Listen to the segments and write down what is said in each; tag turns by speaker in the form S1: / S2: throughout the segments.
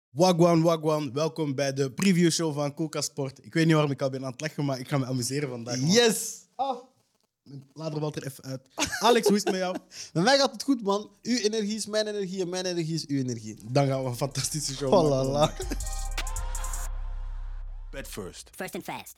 S1: Wagwan, wagwan. Welkom bij de previewshow van Coca Sport. Ik weet niet waarom ik al ben aan het lachen, maar ik ga me amuseren vandaag. Man.
S2: Yes!
S1: Laat er wel er even uit. Alex, hoe is het met jou?
S2: Bij mij gaat het goed, man. Uw energie is mijn energie en mijn energie is uw energie.
S1: Dan gaan we een fantastische show
S2: Oh
S1: maken.
S2: la la.
S3: Bet first.
S4: First and fast.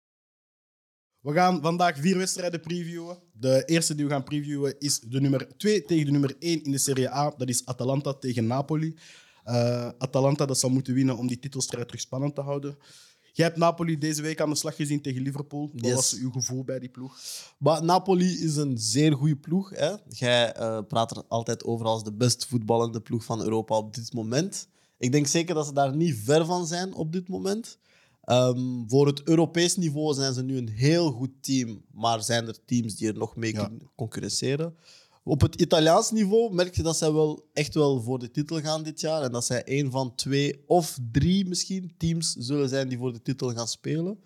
S1: We gaan vandaag 4 wedstrijden previewen. De eerste die we gaan previewen is de nummer 2 tegen de nummer 1 in de Serie A. Dat is Atalanta tegen Napoli. Atalanta dat zal moeten winnen om die titelstrijd terug spannend te houden. Jij hebt Napoli deze week aan de slag gezien tegen Liverpool. Wat
S2: Yes.
S1: was uw gevoel bij die ploeg?
S2: Maar Napoli is een zeer goede ploeg. Hè? Jij praat er altijd over als de best voetballende ploeg van Europa op dit moment. Ik denk zeker dat ze daar niet ver van zijn op dit moment. Voor het Europees niveau zijn ze nu een heel goed team, maar zijn er teams die er nog mee kunnen concurreren. Op het Italiaans niveau merk je dat zij wel echt wel voor de titel gaan dit jaar en dat zij 1 van 2 of 3 misschien teams zullen zijn die voor de titel gaan spelen.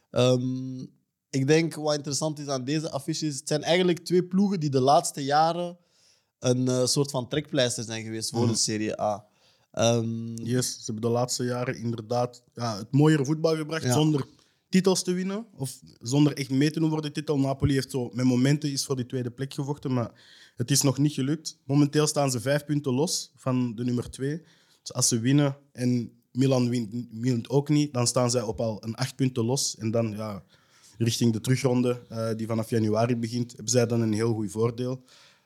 S2: Ik denk wat interessant is aan deze affiches, het zijn eigenlijk 2 ploegen die de laatste jaren een soort van trekpleister zijn geweest voor de Serie A.
S1: Yes, ze hebben de laatste jaren inderdaad het mooiere voetbal gebracht zonder titels te winnen. Of zonder echt mee te doen voor de titel. Napoli heeft zo met momenten is voor die tweede plek gevochten, maar het is nog niet gelukt. Momenteel staan ze 5 punten los van de nummer 2. Dus als ze winnen en Milan wint ook niet, dan staan zij op al een 8 punten los. En dan richting de terugronde die vanaf januari begint, hebben zij dan een heel goed voordeel.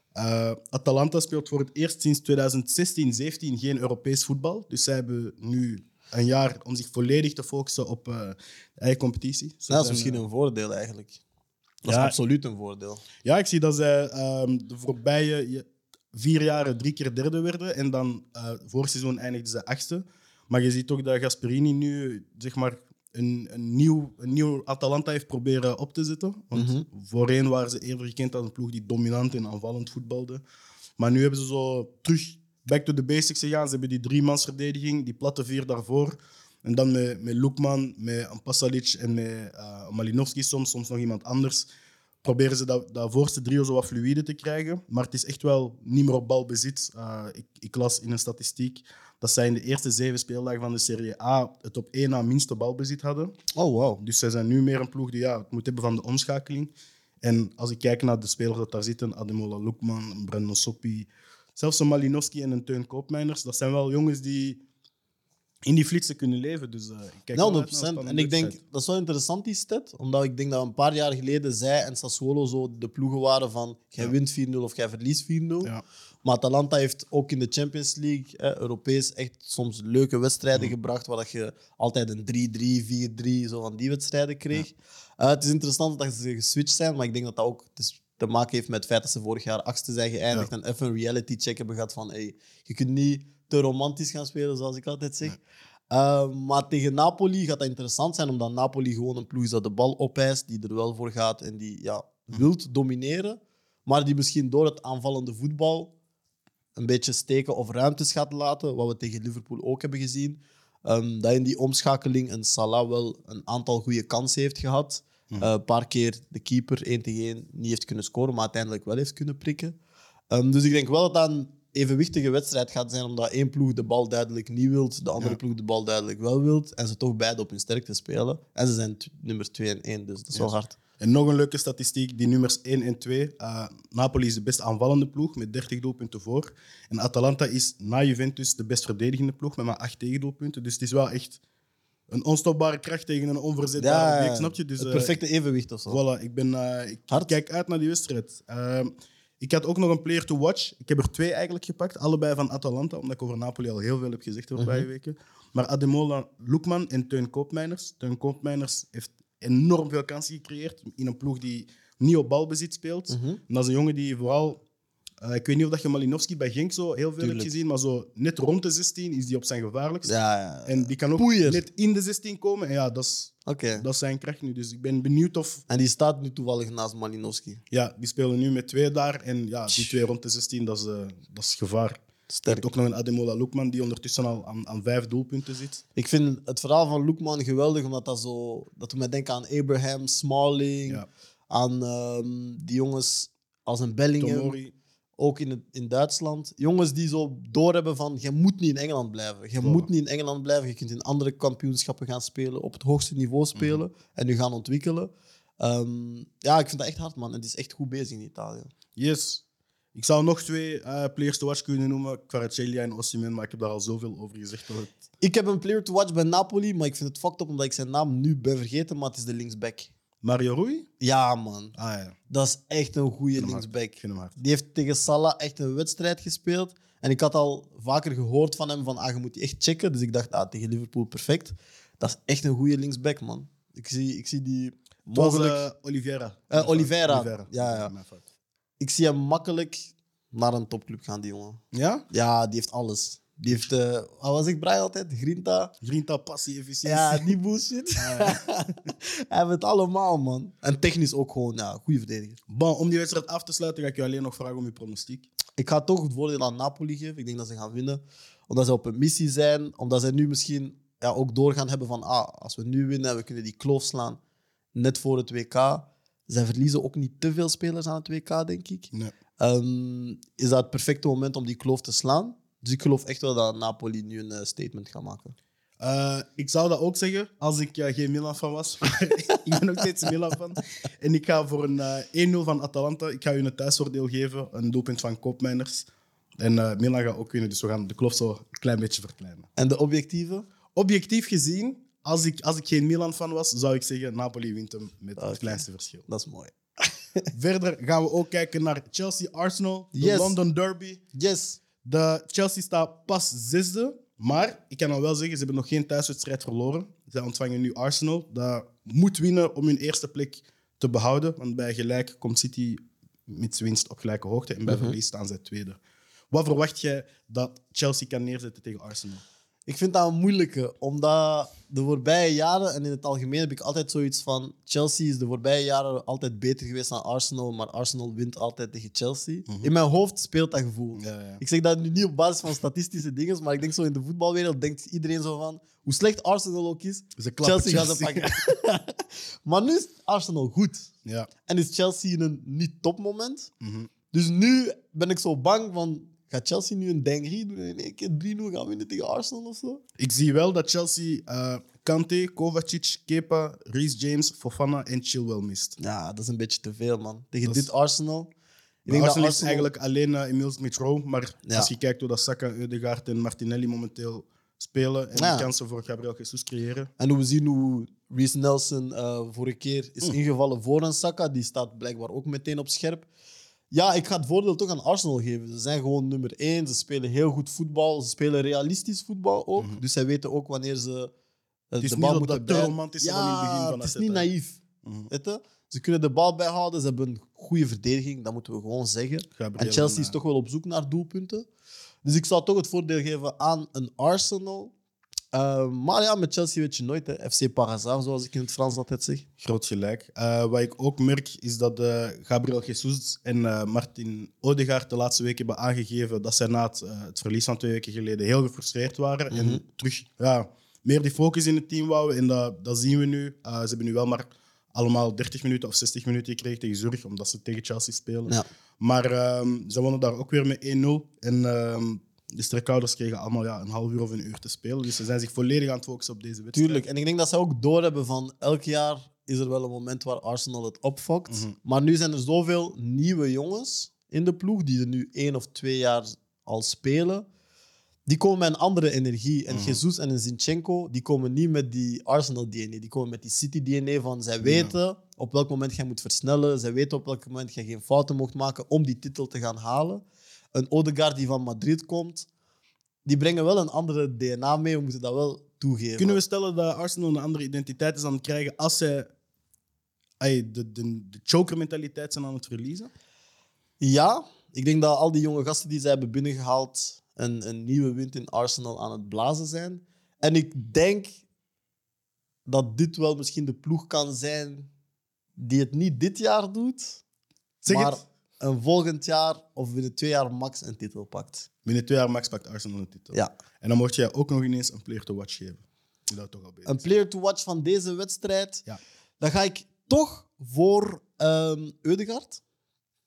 S1: Atalanta speelt voor het eerst sinds 2016-17 geen Europees voetbal. Dus zij hebben nu een jaar om zich volledig te focussen op de eigen competitie.
S2: Dat is misschien een voordeel eigenlijk. Dat is absoluut een voordeel.
S1: Ja, ik zie dat zij de voorbije 4 jaren 3 keer derde werden. En dan vorig seizoen eindigden ze 8e. Maar je ziet ook dat Gasperini nu zeg maar, een nieuw Atalanta heeft proberen op te zetten. Want voorheen waren ze eerder gekend als een ploeg die dominant en aanvallend voetbalde. Maar nu hebben ze zo terug back to the basics gegaan. Ze hebben die 3-mansverdediging, die platte 4 daarvoor. En dan met Lookman, met Pasalic en met Malinovski soms nog iemand anders. Proberen ze dat voorste trio zo wat fluïde te krijgen. Maar het is echt wel niet meer op balbezit. Ik las in een statistiek dat zij in de eerste 7 speeldagen van de Serie A het op 1 na minste balbezit hadden.
S2: Oh, wow.
S1: Dus zij zijn nu meer een ploeg die het moet hebben van de omschakeling. En als ik kijk naar de spelers dat daar zitten, Ademola Lookman, Brandon Soppi, zelfs een Malinowski en een Teun Koopmeiners, dat zijn wel jongens die in die flitsen kunnen leven. Dus, ik kijk wel uit naar een
S2: 100%. En ik denk,
S1: wedstrijd.
S2: dat is wel interessant, die stat. Omdat ik denk dat een paar jaar geleden zij en Sassuolo zo de ploegen waren van jij wint 4-0 of jij verliest 4-0.
S1: Ja.
S2: Maar Atalanta heeft ook in de Champions League, Europees, echt soms leuke wedstrijden gebracht, waar dat je altijd een 3-3, 4-3, zo van die wedstrijden kreeg. Het is interessant dat ze geswitcht zijn, maar ik denk dat dat ook te maken heeft met het feit dat ze vorig jaar 8e zijn geëindigd en even een reality check hebben gehad van je kunt niet te romantisch gaan spelen, zoals ik altijd zeg. Maar tegen Napoli gaat dat interessant zijn, omdat Napoli gewoon een ploeg is dat de bal opeist, die er wel voor gaat en die wilt domineren, maar die misschien door het aanvallende voetbal een beetje steken of ruimtes gaat laten, wat we tegen Liverpool ook hebben gezien. Dat in die omschakeling een Salah wel een aantal goede kansen heeft gehad. Een paar keer de keeper 1 tegen 1 niet heeft kunnen scoren, maar uiteindelijk wel heeft kunnen prikken. Dus ik denk wel dat dat een evenwichtige wedstrijd gaat zijn, omdat één ploeg de bal duidelijk niet wilt, de andere ploeg de bal duidelijk wel wilt, en ze toch beide op hun sterkte spelen. En ze zijn nummer 2 en 1, dus dat is wel hard.
S1: En nog een leuke statistiek, die nummers 1 en 2. Napoli is de best aanvallende ploeg met 30 doelpunten voor. En Atalanta is na Juventus de best verdedigende ploeg met maar 8 tegendoelpunten. Dus het is wel echt een onstopbare kracht tegen een onverzetbare week, snap je? Dus,
S2: het perfecte evenwicht of zo.
S1: Voilà, ik kijk uit naar die wedstrijd. Ik had ook nog een player to watch. Ik heb er 2 eigenlijk gepakt, allebei van Atalanta, omdat ik over Napoli al heel veel heb gezegd de voorbije weken. Maar Ademola Lookman en Teun Koopmeiners. Teun Koopmeiners heeft enorm veel kansen gecreëerd in een ploeg die niet op balbezit speelt. En dat is een jongen die vooral... ik weet niet of dat je Malinowski bij Genk zo heel veel hebt gezien, maar zo net rond de 16 is die op zijn gevaarlijkst.
S2: Ja.
S1: En die kan ook
S2: Poeier.
S1: net in de 16 komen. En ja, dat is zijn kracht nu. Dus ik ben benieuwd of...
S2: En die staat nu toevallig naast Malinowski.
S1: Ja, die spelen nu met 2 daar. En ja, die 2 rond de 16, dat is gevaar.
S2: Sterk.
S1: Je hebt ook nog een Ademola Lookman die ondertussen al aan 5 doelpunten zit.
S2: Ik vind het verhaal van Lookman geweldig, omdat dat doet mij denken aan Abraham, Smalling, aan die jongens als een Bellingham.
S1: Tomori.
S2: ook in Duitsland. Jongens die zo doorhebben van, je moet niet in Engeland blijven. Je moet niet in Engeland blijven. Je kunt in andere kampioenschappen gaan spelen, op het hoogste niveau spelen en je gaan ontwikkelen. Ja, ik vind dat echt hard, man. En het is echt goed bezig in Italië.
S1: Yes. Ik zou nog 2 players to watch kunnen noemen, Kvaratskhelia en Osimhen, maar ik heb daar al zoveel over gezegd.
S2: Ik heb een player to watch bij Napoli, maar ik vind het fucked up omdat ik zijn naam nu ben vergeten, maar het is de linksback.
S1: Mario Rui?
S2: Ja, man.
S1: Ah ja,
S2: Dat is echt een goede
S1: ik
S2: linksback.
S1: vind hem hard.
S2: Die heeft tegen Salah echt een wedstrijd gespeeld. En ik had al vaker gehoord van hem van, je moet die echt checken. Dus ik dacht, tegen Liverpool perfect. Dat is echt een goede linksback, man. Ik zie die mogelijk...
S1: Het was Oliveira.
S2: Oliveira. Ja.
S1: Mijn fout.
S2: Ik zie hem makkelijk naar een topclub gaan, die jongen.
S1: Ja?
S2: Ja, die heeft alles. Die heeft, wat was ik Brian altijd? Grinta.
S1: Grinta, passie, efficiëntie.
S2: Ja, die bullshit. Hij heeft het allemaal, man. En technisch ook gewoon, ja, goede verdediger.
S1: Bon, om die wedstrijd af te sluiten, ga ik je alleen nog vragen om je pronostiek.
S2: Ik ga toch het voordeel aan Napoli geven. Ik denk dat ze gaan winnen. Omdat ze op een missie zijn. Omdat ze nu misschien ook doorgaan hebben van... als we nu winnen, we kunnen die kloof slaan. Net voor het WK. Zij verliezen ook niet te veel spelers aan het WK, denk ik.
S1: Nee.
S2: Is dat het perfecte moment om die kloof te slaan? Dus ik geloof echt wel dat Napoli nu een statement gaat maken.
S1: Ik zou dat ook zeggen als ik geen Milan-fan was. Ik ben nog steeds een Milan-fan. En ik ga voor een 1-0 van Atalanta. Ik ga u een thuisvoordeel geven. Een doelpunt van Koopmeiners. En Milan gaat ook winnen. Dus we gaan de kloof zo een klein beetje verkleinen.
S2: En de objectieve?
S1: Objectief gezien, als ik geen Milan-fan was, zou ik zeggen Napoli wint hem met het kleinste verschil.
S2: Dat is mooi.
S1: Verder gaan we ook kijken naar Chelsea-Arsenal. De London Derby.
S2: Yes.
S1: De Chelsea staat pas 6e. Maar ik kan al wel zeggen, ze hebben nog geen thuiswedstrijd verloren. Zij ontvangen nu Arsenal. Dat moet winnen om hun eerste plek te behouden. Want bij gelijk komt City met winst op gelijke hoogte. En bij verlies staan zij tweede. Wat verwacht jij dat Chelsea kan neerzetten tegen Arsenal?
S2: Ik vind dat een moeilijke, omdat de voorbije jaren, en in het algemeen heb ik altijd zoiets van... Chelsea is de voorbije jaren altijd beter geweest dan Arsenal, maar Arsenal wint altijd tegen Chelsea. In mijn hoofd speelt dat gevoel.
S1: Ja.
S2: Ik zeg dat nu niet op basis van statistische dingen, maar ik denk zo in de voetbalwereld denkt iedereen zo van... Hoe slecht Arsenal ook is, Chelsea gaat ze pakken. Maar nu is Arsenal goed.
S1: Ja.
S2: En is Chelsea in een niet-topmoment. Dus nu ben ik zo bang van... Gaat Chelsea nu een dingerie doen en in één keer 3-0 gaan winnen tegen Arsenal of zo?
S1: Ik zie wel dat Chelsea Kante, Kovacic, Kepa, Reece James, Fofana en Chilwell mist.
S2: Ja, dat is een beetje te veel, man. Tegen
S1: Dat
S2: dit Arsenal... Ik
S1: Arsenal,
S2: denk dat
S1: is eigenlijk alleen Emile Smith-Rowe. Maar
S2: Ja.
S1: als je kijkt hoe dat Saka, Ødegaard en Martinelli momenteel spelen en
S2: Ja.
S1: de kansen voor Gabriel Jesus creëren.
S2: En hoe we zien hoe Reece Nelson vorige keer is ingevallen voor een Saka. Die staat blijkbaar ook meteen op scherp. Ja, ik ga het voordeel toch aan Arsenal geven. Ze zijn gewoon nummer 1. Ze spelen heel goed voetbal. Ze spelen realistisch voetbal ook. Dus zij weten ook wanneer ze
S1: Het is
S2: de
S1: niet
S2: bal
S1: zo
S2: moeten
S1: dat te
S2: bijhouden.
S1: romantische van in het begin van
S2: het is
S1: AZ,
S2: niet
S1: hè.
S2: naïef. Weet je? Ze kunnen de bal bijhouden. Ze hebben een goede verdediging. Dat moeten we gewoon zeggen.
S1: Gabriel
S2: En Chelsea
S1: en,
S2: is toch wel op zoek naar doelpunten. Dus ik zou toch het voordeel geven aan een Arsenal. Maar ja, met Chelsea weet je nooit. Hè. FC par hasard, zoals ik in het Frans altijd zeg.
S1: Groot gelijk. Wat ik ook merk is dat Gabriel Jesus en Martin Ødegaard de laatste weken hebben aangegeven dat zij na het verlies van 2 weken geleden heel gefrustreerd waren. En terug meer die focus in het team wouden. En dat zien we nu. Ze hebben nu wel maar allemaal 30 minuten of 60 minuten gekregen tegen Zurich, omdat ze tegen Chelsea spelen.
S2: Ja.
S1: Maar ze wonnen daar ook weer met 1-0. En de strekhouders kregen allemaal een half uur of een uur te spelen. Dus ze zijn zich volledig aan het focussen op deze wedstrijd.
S2: Tuurlijk. En ik denk dat ze ook doorhebben van elk jaar is er wel een moment waar Arsenal het opfokt. Maar nu zijn er zoveel nieuwe jongens in de ploeg die er nu 1 of 2 jaar al spelen. Die komen met een andere energie. En Jesus en een Zinchenko, die komen niet met die Arsenal-DNA. Die komen met die City-DNA van zij weten op welk moment jij moet versnellen. Zij weten op welk moment jij geen fouten mocht maken om die titel te gaan halen. Een Ødegaard die van Madrid komt, die brengen wel een andere DNA mee. We moeten dat wel toegeven.
S1: Kunnen we stellen dat Arsenal een andere identiteit is aan het krijgen als zij de choker-mentaliteit zijn aan het verliezen?
S2: Ja, ik denk dat al die jonge gasten die zij hebben binnengehaald een nieuwe wind in Arsenal aan het blazen zijn. En ik denk dat dit wel misschien de ploeg kan zijn die het niet dit jaar doet,
S1: Zeg
S2: maar
S1: het.
S2: een volgend jaar of binnen 2 jaar max een titel pakt.
S1: Binnen 2 jaar max pakt Arsenal een titel.
S2: Ja.
S1: En dan mocht jij ook nog ineens een player to watch geven. Die dat toch al bezig
S2: Een
S1: is.
S2: player to watch van deze wedstrijd,
S1: Ja.
S2: dan ga ik toch voor Ødegaard.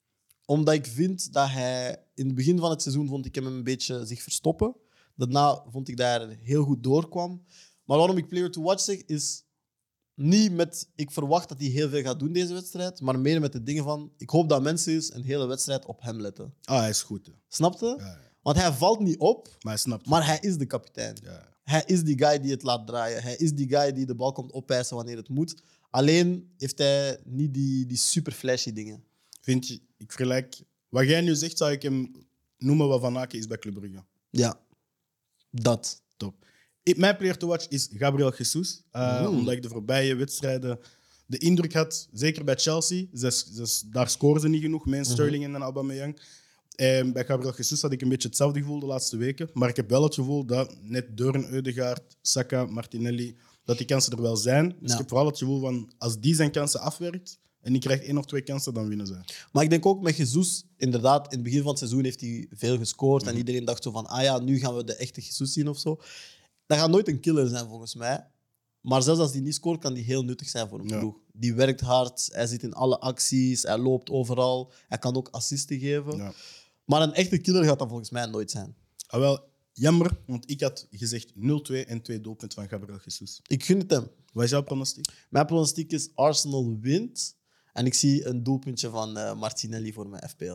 S2: Omdat ik vind dat hij... In het begin van het seizoen vond ik hem een beetje zich verstoppen. Daarna vond ik dat hij er heel goed doorkwam. Maar waarom ik player to watch zeg, is niet met... Ik verwacht dat hij heel veel gaat doen deze wedstrijd, maar meer met de dingen van... Ik hoop dat mensen eens een hele wedstrijd op hem letten.
S1: Hij is goed. Hè.
S2: Snap je?
S1: Ja.
S2: Want hij valt niet op,
S1: Maar hij snapt.
S2: maar hij is de kapitein.
S1: Ja.
S2: Hij is die guy die het laat draaien. Hij is die guy die de bal komt opeisen wanneer het moet. Alleen heeft hij niet die super flashy dingen.
S1: Vind je, ik vergelijk... Wat jij nu zegt, zou ik hem noemen wat Van Aken is bij Club Brugge.
S2: Ja, dat.
S1: Top. Mijn player to watch is Gabriel Jesus. Omdat ik de voorbije wedstrijden de indruk had, zeker bij Chelsea, daar scoren ze niet genoeg, met Sterling en Aubameyang. Bij Gabriel Jesus had ik een beetje hetzelfde gevoel de laatste weken. Maar ik heb wel het gevoel dat net door een Ødegaard, Saka, Martinelli, dat die kansen er wel zijn. Dus
S2: Ja.
S1: ik heb vooral het gevoel van, als die zijn kansen afwerkt en die krijgt 1 of 2 kansen, dan winnen ze.
S2: Maar ik denk ook met Jesus, inderdaad, in het begin van het seizoen heeft hij veel gescoord. En iedereen dacht zo van, ah ja, nu gaan we de echte Jesus zien of zo. Dat gaat nooit een killer zijn, volgens mij. Maar zelfs als hij niet scoort, kan hij heel nuttig zijn voor een
S1: Ja.
S2: ploeg. Die werkt hard, hij zit in alle acties, hij loopt overal. Hij kan ook assisten geven.
S1: Ja.
S2: Maar een echte killer gaat dat volgens mij nooit zijn.
S1: Wel, jammer, want ik had gezegd 0-2 en 2 doelpunten van Gabriel Jesus.
S2: Ik gun het hem.
S1: Wat is jouw pronostiek?
S2: Mijn pronostiek is Arsenal wint. En ik zie een doelpuntje van Martinelli voor mijn FPL.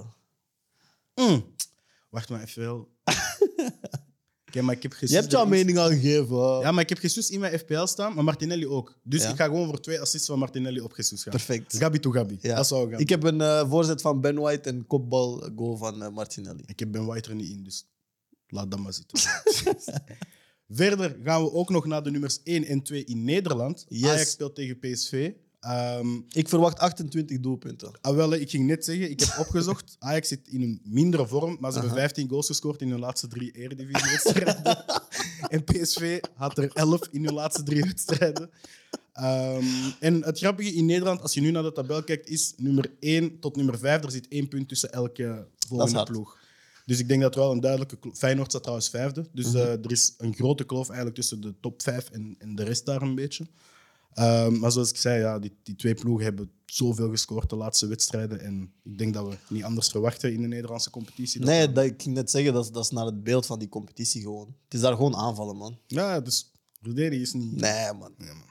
S1: Wacht maar even wel. Oké, maar ik heb Jesus
S2: Je hebt jouw
S1: erin-
S2: mening al gegeven.
S1: Ja, maar ik heb Jesus in mijn FPL staan, maar Martinelli ook. Dus
S2: Ja.
S1: ik ga gewoon voor 2 assists van Martinelli op Jesus gaan.
S2: Perfect.
S1: Gabi to Gabi.
S2: Ja.
S1: Dat zou ik gaan.
S2: Ik heb een voorzet van Ben White en kopbal goal van Martinelli.
S1: Ik heb Ben White er niet in, dus laat dat maar zitten. Verder gaan we ook nog naar de nummers 1 en 2 in Nederland.
S2: Yes.
S1: Ajax speelt tegen PSV.
S2: Ik verwacht 28 doelpunten.
S1: Ik ging net zeggen, ik heb opgezocht. Ajax zit in een mindere vorm, maar ze hebben 15 goals gescoord in hun laatste 3 Eredivisie-wedstrijden. En PSV had er 11 in hun laatste 3 wedstrijden. En het grappige in Nederland, als je nu naar de tabel kijkt, is nummer 1 tot nummer 5. Er zit 1 punt tussen elke volgende
S2: hard.
S1: ploeg. Dus ik denk dat er wel een duidelijke... Feyenoord staat trouwens 5e. Dus er is een grote kloof eigenlijk tussen de top 5 en de rest daar een beetje. Maar zoals ik zei, ja, die 2 ploegen hebben zoveel gescoord de laatste wedstrijden. En ik denk dat we niet anders verwachten in de Nederlandse competitie.
S2: Nee, ik ging net zeggen, dat is naar het beeld van die competitie gewoon. Het is daar gewoon aanvallen, man.
S1: Ja, dus verdedigen is niet...
S2: Nee, man.
S1: Ja, man.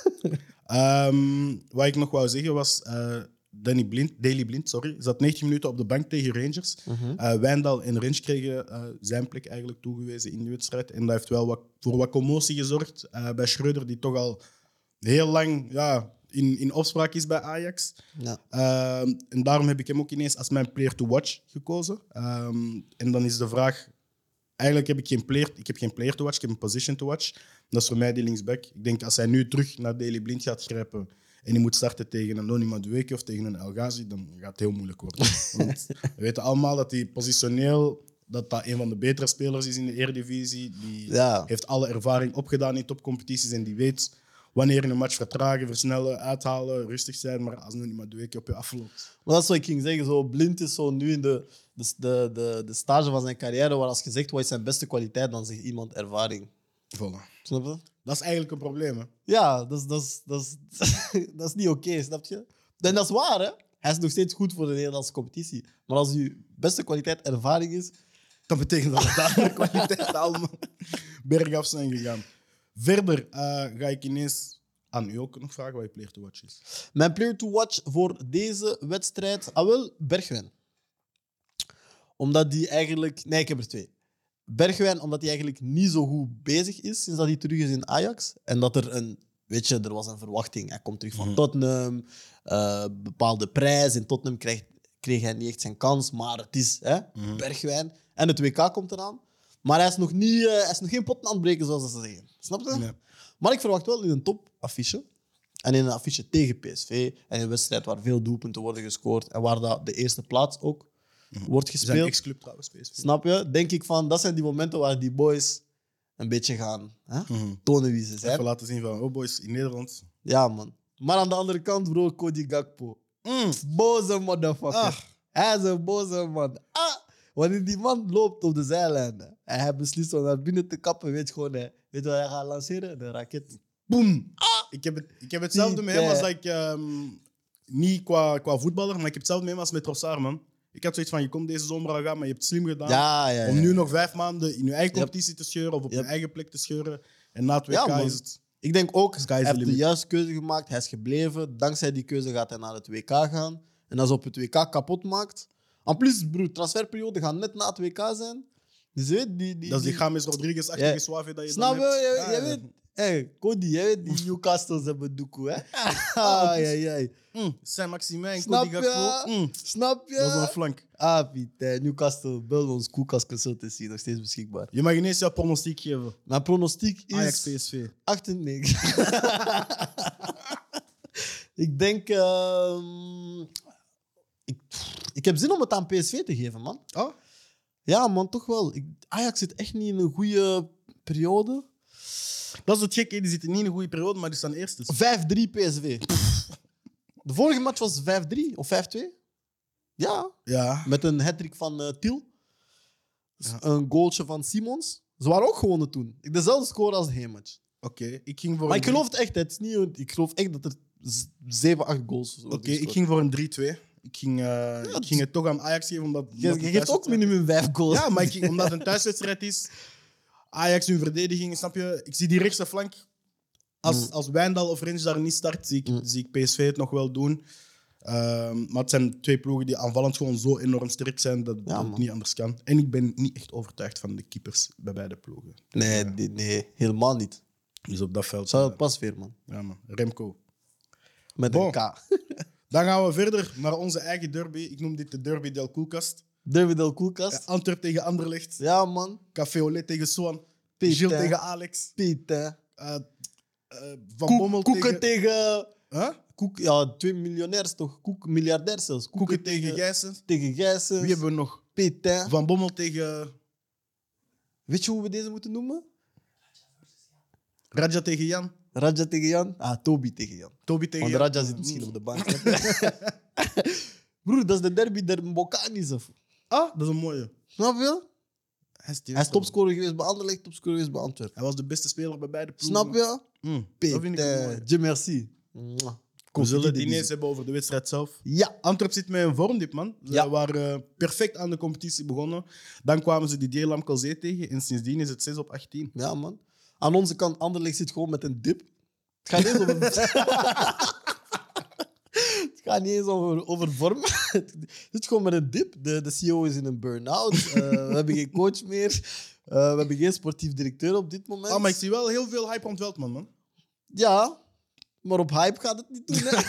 S1: Wat ik nog wou zeggen was... Daley Blind zat 90 minuten op de bank tegen Rangers. Wijndal en Rens kregen zijn plek eigenlijk toegewezen in die wedstrijd. En dat heeft wel voor wat commotie gezorgd bij Schreuder, die toch al heel lang in opspraak is bij Ajax.
S2: Ja.
S1: En daarom heb ik hem ook ineens als mijn player to watch gekozen. En dan is de vraag... Eigenlijk heb ik geen player to watch, ik heb een position to watch. Dat is voor mij die linksback. Ik denk als hij nu terug naar Daley Blind gaat grijpen en hij moet starten tegen een Donny Madueke of tegen een El Ghazi, dan gaat het heel moeilijk worden. Want we weten allemaal dat hij positioneel dat een van de betere spelers is in de Eredivisie. Die heeft alle ervaring opgedaan in topcompetities en die weet wanneer je een match vertragen, versnellen, uithalen, rustig zijn. Maar als Donny Madueke op je afloopt...
S2: Maar dat is wat ik ging zeggen. Zo, Blind is zo nu in de stage van zijn carrière waar als je zegt wat is zijn beste kwaliteit, dan zegt iemand ervaring.
S1: Voilà.
S2: Snap je?
S1: Dat is eigenlijk een probleem. Hè?
S2: Ja, dat is niet oké, snap je? En dat is waar, hè? Hij is nog steeds goed voor de Nederlandse competitie. Maar als uw beste kwaliteit ervaring is...
S1: Dat betekent dat we daar de kwaliteit allemaal bergaf zijn gegaan. Verder ga ik ineens aan u ook nog vragen wat je player to watch is.
S2: Mijn player to watch voor deze wedstrijd... Bergwijn. Omdat die eigenlijk... Nee, ik heb er 2. Bergwijn, omdat hij eigenlijk niet zo goed bezig is sinds dat hij terug is in Ajax. En dat er er was een verwachting. Hij komt terug van Tottenham. Bepaalde prijs. In Tottenham kreeg hij niet echt zijn kans. Maar het is Bergwijn. En het WK komt eraan. Maar hij is nog geen potten aan het breken, zoals ze zeggen. Snap je?
S1: Ja.
S2: Maar ik verwacht wel in een topaffiche. En in een affiche tegen PSV. En in een wedstrijd waar veel doelpunten worden gescoord. En waar dat de eerste plaats ook wordt
S1: Ze zijn
S2: gespeeld.
S1: ex-club trouwens, PSV.
S2: Snap je? Denk ik van, dat zijn die momenten waar die boys een beetje gaan tonen wie ze zijn.
S1: Even laten zien van, oh boys, in Nederland.
S2: Ja, man. Maar aan de andere kant, bro, Cody Gakpo. Boze motherfucker. Hij is een boze man. Wanneer die man loopt op de zijlijn en hij beslist om naar binnen te kappen, weet je wat hij gaat lanceren? De raket.
S1: Boom! Ik heb hetzelfde met hem als dat ik... niet qua voetballer, maar ik heb hetzelfde met hem als met Trossard, man. Ik had zoiets van, je komt deze zomer al gaan, maar je hebt het slim gedaan.
S2: Ja.
S1: Om nu nog 5 maanden in je eigen competitie te scheuren of op je eigen plek te scheuren. En na het WK
S2: Ja, man.
S1: is het...
S2: Ik denk ook,
S1: Sky is
S2: hij
S1: the
S2: heeft de
S1: limit.
S2: juiste keuze gemaakt. Hij is gebleven. Dankzij die keuze gaat hij naar het WK gaan. En als hij op het WK kapot maakt... En plus, broer, transferperiode gaat net na het WK zijn. Dus je weet,
S1: Dat is die James Rodriguez-achtige
S2: Ja.
S1: Suave dat je
S2: Snap
S1: dan hebt.
S2: je? Jij weet... Hey, Cody, jij weet die Newcastle's hebben doekoe, hè? Ai.
S1: Saint-Maximin,
S2: Snap
S1: Cody Gakpo.
S2: je? Snap je?
S1: Dat is een flank.
S2: Piet, Newcastle, bel ons koelkast consultancy, nog steeds beschikbaar.
S1: Je mag ineens jouw pronostiek geven.
S2: Mijn pronostiek is...
S1: Ajax, PSV.
S2: 98. Ik denk... Ik heb zin om het aan PSV te geven, man.
S1: Oh?
S2: Ja, man, toch wel. Ajax zit echt niet in een goede periode. 5-3
S1: Dat is het gekke, die zitten niet in een goede periode, maar die staan eerst.
S2: PSV. De vorige match was 5-3 of 5-2. Ja,
S1: Ja.
S2: met een hat-trick van Til.
S1: Ja.
S2: Een goaltje van Simons. Ze waren ook gewonnen toen. Dezelfde score als de heenmatch.
S1: Oké, ik ging voor
S2: Maar
S1: een
S2: ik geloof het echt. Het is niet, ik geloof echt dat er 7-8 goals worden
S1: Oké, ik
S2: gescoord.
S1: ging voor een 3-2. Ik ging het toch aan Ajax geven, omdat...
S2: Je
S1: omdat het
S2: geeft ook
S1: thuiswedstrijd-
S2: minimum 5 goals.
S1: Ja, maar omdat het een thuiswedstrijd is. Ajax hun verdediging, snap je? Ik zie die rechtse flank. Als Wijndal of Rens daar niet start, zie ik PSV het nog wel doen. Maar het zijn twee ploegen die aanvallend gewoon zo enorm sterk zijn dat het
S2: man.
S1: niet anders kan. En ik ben niet echt overtuigd van de keepers bij beide ploegen.
S2: Nee, helemaal niet.
S1: Dus op dat veld...
S2: Zou het pas weer, man.
S1: ja, man. Remco.
S2: Met
S1: Bon.
S2: een K.
S1: Dan gaan we verder naar onze eigen derby. Ik noem dit de derby del Koelkast.
S2: Derby del Koelkast.
S1: Antwerp tegen Anderlecht.
S2: Ja, man.
S1: Café Olé tegen Swan.
S2: Piet,
S1: Gilles
S2: hè.
S1: tegen Alex.
S2: Piet, hè.
S1: Van Bommel
S2: Koeken tegen...
S1: Huh?
S2: Ja, 2 miljonairs toch? Miljardairs zelfs.
S1: Koeken tegen Gijssen.
S2: Tegen Gijssen.
S1: Wie hebben we nog?
S2: Piet, hè.
S1: Van Bommel tegen
S2: Weet je hoe we deze moeten noemen?
S1: Raja tegen Jan.
S2: Raja tegen Jan. Toby tegen Jan.
S1: Toby tegen
S2: Want
S1: Jan.
S2: Raja zit misschien op de bank. Broer, dat is de derby der Mbokanis.
S1: Ah, dat is een mooie.
S2: Snap je?
S1: Hij
S2: Hij is topscorer geweest bij Anderlecht, topscorer geweest bij Antwerpen.
S1: Hij was de beste speler bij beide ploegen.
S2: Snap je?
S1: Dat
S2: Piet,
S1: vind ik een mooie.
S2: Dieu merci. Mwah.
S1: We zullen het
S2: Confetti
S1: ineens
S2: deze.
S1: hebben over de wedstrijd zelf.
S2: Ja.
S1: Antwerp zit met een vormdip, man. Ze
S2: Ja.
S1: waren perfect aan de competitie begonnen. Dan kwamen ze Didier Lamkelzee tegen. En sindsdien is het 6-18.
S2: Ja, man. Aan onze kant, Anderlecht zit gewoon met een dip. Het gaat niet eens over... Het gaat niet eens over vorm. Het zit gewoon met een dip. De CEO is in een burn-out. We hebben geen coach meer. We hebben geen sportief directeur op dit moment.
S1: Ah, maar ik zie wel heel veel hype rond Veldman, man.
S2: Ja, maar op hype gaat het niet doen. Hè?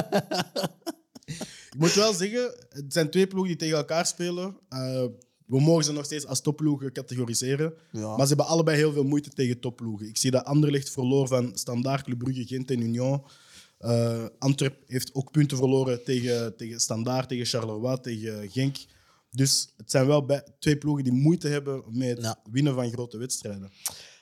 S1: Ik moet wel zeggen, het zijn twee ploegen die tegen elkaar spelen. We mogen ze nog steeds als topploegen categoriseren.
S2: Ja.
S1: Maar ze hebben allebei heel veel moeite tegen topploegen. Ik zie dat Anderlecht verloor van Standaard, Club Brugge, Gent en Union. Antwerp heeft ook punten verloren tegen Standaard, tegen Charleroi, tegen Genk. Dus het zijn wel twee ploegen die moeite hebben met het winnen van grote wedstrijden.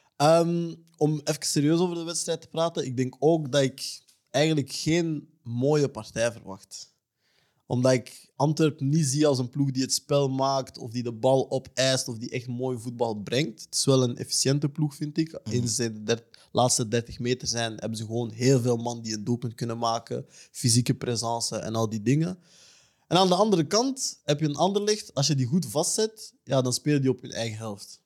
S2: Om even serieus over de wedstrijd te praten, ik denk ook dat ik eigenlijk geen mooie partij verwacht. Omdat ik Antwerp niet zie als een ploeg die het spel maakt, of die de bal opeist, of die echt mooi voetbal brengt. Het is wel een efficiënte ploeg, vind ik. Eens ze de laatste 30 meter zijn, hebben ze gewoon heel veel man die een doelpunt kunnen maken. Fysieke presence en al die dingen. En aan de andere kant heb je een Anderlecht. Als je die goed vastzet, ja, dan spelen die op hun eigen helft.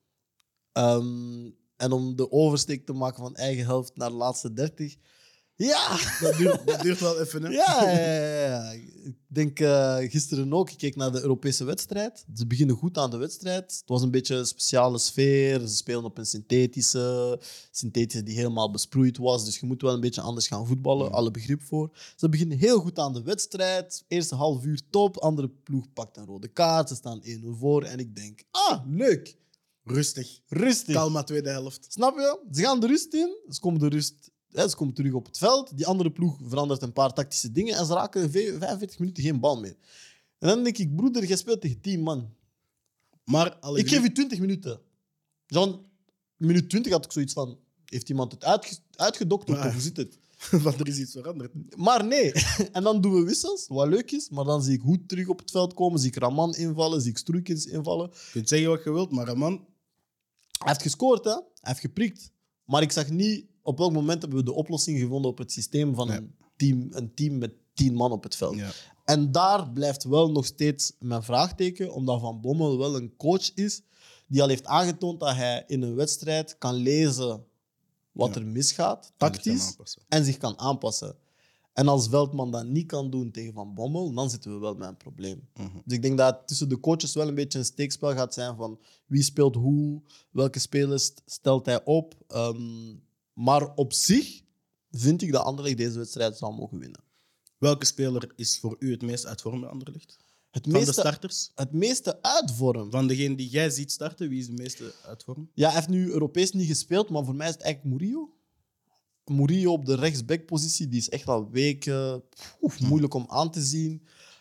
S2: En om de oversteek te maken van eigen helft naar de laatste 30... Ja!
S1: Dat duurt wel even, hè?
S2: Ja. Ik denk gisteren ook. Ik keek naar de Europese wedstrijd. Ze beginnen goed aan de wedstrijd. Het was een beetje een speciale sfeer. Ze spelen op een synthetische die helemaal besproeid was. Dus je moet wel een beetje anders gaan voetballen. Alle begrip voor. Ze beginnen heel goed aan de wedstrijd. Eerste half uur top. Andere ploeg pakt een rode kaart. Ze staan 1-0 voor. En ik denk, leuk.
S1: Rustig. Kalma tweede helft.
S2: Snap je? Ze gaan de rust in. Ze komen terug op het veld. Die andere ploeg verandert een paar tactische dingen en ze raken 45 minuten geen bal meer. En dan denk ik, broeder, jij speelt tegen 10 man.
S1: Maar
S2: Ik geef je 20 minuten. John, minuut 20 had ik zoiets van... Heeft iemand het uitgedokterd of hoe zit het?
S1: Want er is iets veranderd.
S2: Maar nee. En dan doen we wissels, wat leuk is. Maar dan zie ik Hoed terug op het veld komen. Zie ik Raman invallen. Zie ik Stroeikens invallen.
S1: Je kunt zeggen wat je wilt, maar Raman...
S2: Hij heeft gescoord, hè? Hij heeft geprikt. Maar ik zag niet op welk moment hebben we de oplossing gevonden op het systeem van een team met 10 man op het veld.
S1: Ja.
S2: En daar blijft wel nog steeds mijn vraagteken, omdat Van Bommel wel een coach is die al heeft aangetoond dat hij in een wedstrijd kan lezen wat er misgaat, tactisch, en zich kan aanpassen. En als Veltman dat niet kan doen tegen Van Bommel, dan zitten we wel met een probleem. Dus ik denk dat het tussen de coaches wel een beetje een steekspel gaat zijn van wie speelt hoe, welke spelers stelt hij op. Maar op zich vind ik dat Anderlecht deze wedstrijd zou mogen winnen.
S1: Welke speler is voor u het meest uit vorm bij Anderlecht?
S2: Het
S1: Van de starters?
S2: Het meeste uit vorm.
S1: Van degene die jij ziet starten, wie is de meeste uit vorm?
S2: Ja, hij heeft nu Europees niet gespeeld, maar voor mij is het eigenlijk Murillo. Murillo op de rechtsbackpositie, die is echt al weken moeilijk om aan te zien.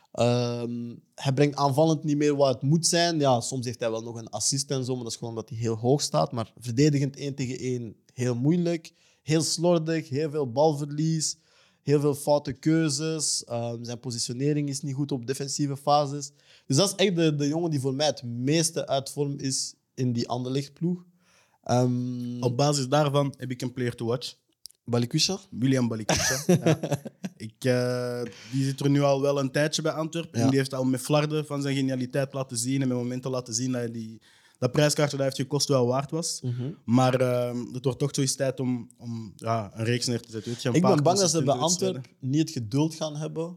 S2: Hij brengt aanvallend niet meer wat het moet zijn. Ja, soms heeft hij wel nog een assist en zo, maar dat is gewoon omdat hij heel hoog staat. Maar verdedigend 1 tegen 1, heel moeilijk. Heel slordig, heel veel balverlies, heel veel foute keuzes. Zijn positionering is niet goed op defensieve fases. Dus dat is echt de jongen die voor mij het meeste uit vorm is in die Anderlecht-ploeg.
S1: Op basis daarvan heb ik een player to watch.
S2: Balikwisha?
S1: William Balikwisha. Ja. Die zit er nu al wel een tijdje bij Antwerpen.
S2: Ja.
S1: En die heeft al met flarden van zijn genialiteit laten zien en met momenten laten zien dat hij dat prijskaartje dat heeft gekost wel waard was. Maar het wordt toch zo eens tijd om een reeks neer te zetten. Weet je, een
S2: Ik
S1: paar
S2: ben bang dat ze bij
S1: consistente
S2: Antwerpen niet het geduld gaan hebben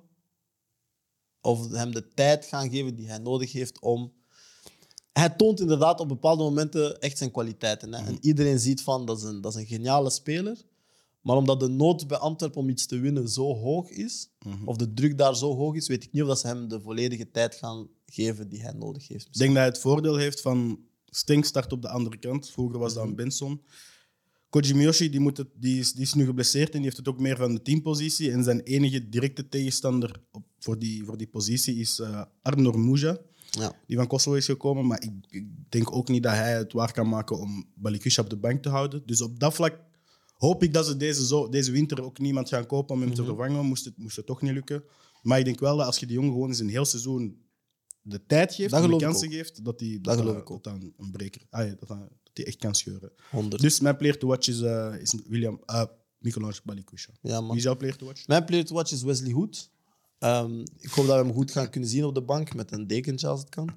S2: of hem de tijd gaan geven die hij nodig heeft om... Hij toont inderdaad op bepaalde momenten echt zijn kwaliteiten. Hè? En iedereen ziet van, dat is een geniale speler. Maar omdat de nood bij Antwerpen om iets te winnen zo hoog is, of de druk daar zo hoog is, weet ik niet of dat ze hem de volledige tijd gaan geven die hij nodig heeft.
S1: Ik denk dat hij het voordeel heeft van Stenk start op de andere kant. Vroeger was dat een Benson. Koji Miyoshi die is nu geblesseerd en die heeft het ook meer van de teampositie. En zijn enige directe tegenstander voor die positie is Arnor Muja, die van Kosovo is gekomen. Maar ik denk ook niet dat hij het waar kan maken om Balikwisha op de bank te houden. Dus op dat vlak hoop ik dat ze deze winter ook niemand gaan kopen om hem te vervangen. Moest het toch niet lukken. Maar ik denk wel dat als je die jongen gewoon eens een heel seizoen de tijd geeft en de kansen geeft, dat hij een breker, dat hij echt kan scheuren.
S2: 100.
S1: Dus mijn player to watch is Mikolaj Balikwisha.
S2: Ja, man.
S1: Wie is jouw player to watch?
S2: Mijn player to watch is Wesley Hood. Ik hoop dat we hem goed gaan kunnen zien op de bank met een dekentje als het kan.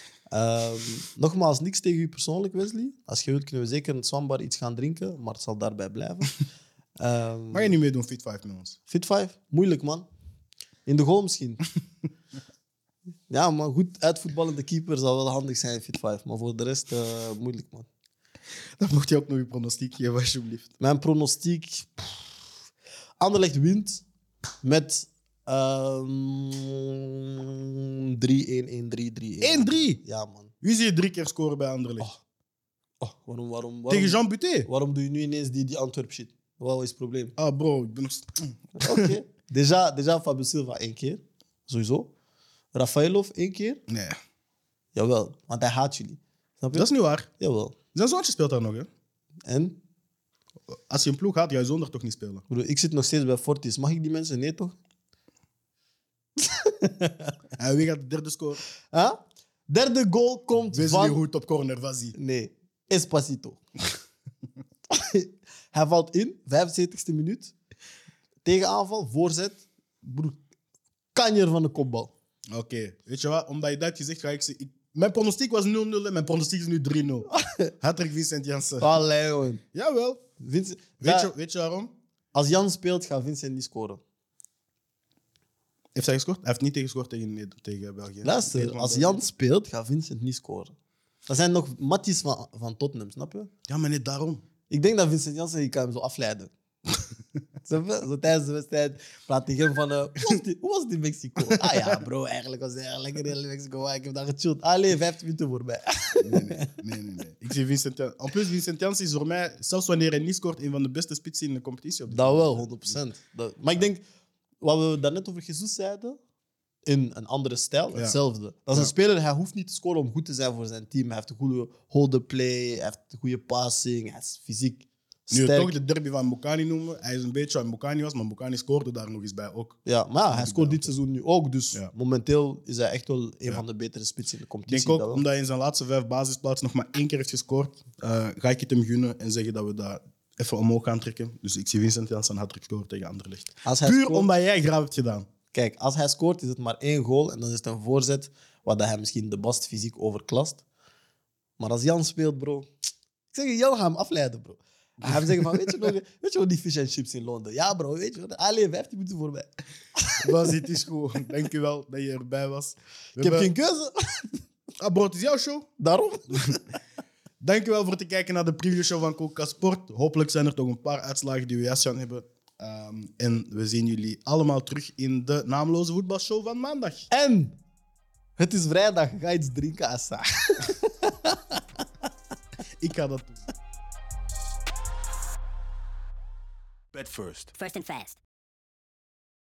S2: Nogmaals, niks tegen u persoonlijk, Wesley. Als je wilt, kunnen we zeker in het zwambar iets gaan drinken, maar het zal daarbij blijven.
S1: Mag je niet meedoen, Fit 5 met ons?
S2: Fit 5? Moeilijk, man. In de goal misschien. Ja, maar goed uitvoetballende keeper zal wel handig zijn in Fit 5. Maar voor de rest, moeilijk, man.
S1: Dan mocht je ook nog je pronostiek geven, alsjeblieft.
S2: Mijn pronostiek... Anderlecht wint met 3-1, 1-3, 3-1.
S1: 1-3?
S2: Ja, man.
S1: Wie zie je 3 keer scoren bij Anderlecht?
S2: Waarom?
S1: Tegen Jean Buté?
S2: Waarom doe je nu ineens die Antwerp shit? Wat is het probleem?
S1: Ah, bro, ik ben nog...
S2: Oké. Déjà Fabio Silva 1 keer. Sowieso. Rafaelov 1 keer.
S1: Nee,
S2: Jawel, want hij haat jullie. Snap je?
S1: dat is niet waar.
S2: Jawel.
S1: Zijn zoontje speelt daar nog, hè?
S2: En?
S1: Als je een ploeg gaat, ga je zonder toch niet spelen.
S2: Bro, ik zit nog steeds bij Fortis. Mag ik die mensen? Nee, toch?
S1: En wie gaat de derde scoren?
S2: Huh? Derde goal komt
S1: Wesley
S2: van...
S1: Hood op corner, vas-y.
S2: Nee, Espacito. Hij valt in, 75e minuut. Tegenaanval, voorzet. Broer, kanjer van de kopbal.
S1: Oké, weet je wat? Omdat je dat gezegd ga ik zeggen... Mijn pronostiek was 0-0 en mijn pronostiek is nu 3-0. Hattrick Vincent Janssen.
S2: Allee, jongen.
S1: Jawel.
S2: Vincent,
S1: Weet je waarom?
S2: als Jan speelt, gaat Vincent niet scoren.
S1: Heeft hij gescoord? Hij heeft niet gescoord tegen België.
S2: Luister,
S1: Nederland,
S2: als
S1: België.
S2: Jan speelt, gaat Vincent niet scoren. Dat zijn nog matties van Tottenham, snap je?
S1: Ja, maar net daarom.
S2: Ik denk dat Vincent Janssen, je kan hem zo afleiden. Snap je? Zo tijdens de wedstrijd praat tegen hem van... hoe was het in Mexico? Ah ja, bro, eigenlijk was het lekker in Mexico. Ik heb daar gechilled. Allee, 15 minuten voorbij.
S1: Nee. Ik zie Vincent Janssen. En plus, Vincent Janssen is voor mij, zelfs wanneer hij niet scoort, een van de beste spitsen in de competitie. Op dit
S2: Dat
S1: moment.
S2: wel, 100%. Maar ik denk, wat we daarnet over Jesus zeiden, in een andere stijl, hetzelfde. Dat is een speler, hij hoeft niet te scoren om goed te zijn voor zijn team. Hij heeft een goede hold-the-play, hij heeft een goede passing, hij is fysiek
S1: Nu
S2: sterk.
S1: we toch de derby van Mbokani noemen. Hij is een beetje wat Mbokani was, maar Mbokani scoorde daar nog eens bij ook.
S2: Ja, maar ja, hij scoort dit seizoen nu ook. Dus
S1: Ja.
S2: momenteel is hij echt wel een van de betere spitsen in de
S1: Ik
S2: competitie.
S1: denk ook,
S2: dat wel.
S1: omdat hij in zijn laatste 5 basisplaatsen nog maar 1 keer heeft gescoord, ga ik het hem gunnen en zeggen dat we dat even omhoog gaan trekken. Dus ik zie Vincent Janssen hat-trick scoren tegen Anderlecht.
S2: Als hij
S1: Puur
S2: scoort-
S1: omdat jij graaf hebt gedaan.
S2: Kijk, als hij scoort, is het maar 1 goal en dan is het een voorzet waar dat hij misschien de Bast fysiek overklast. Maar als Jan speelt, bro... Ik zeg je, Jan gaat hem afleiden, bro. Hij gaat hem zeggen van, weet je nog die fish and chips in Londen? Ja, bro, weet je wat? Allee, 15 minuten voorbij.
S1: Was het is goed. Dank je wel dat je erbij was.
S2: Ik heb geen keuze.
S1: Ah, bro, het is jouw show.
S2: Daarom.
S1: Dankjewel voor het kijken naar de previewshow van Coca Sport. Hopelijk zijn er toch een paar uitslagen die we juist gaan hebben. En we zien jullie allemaal terug in de naamloze voetbalshow van maandag.
S2: En het is vrijdag. Ga iets drinken, Assa.
S1: Ik ga dat doen.
S3: Bet first.
S4: First and fast.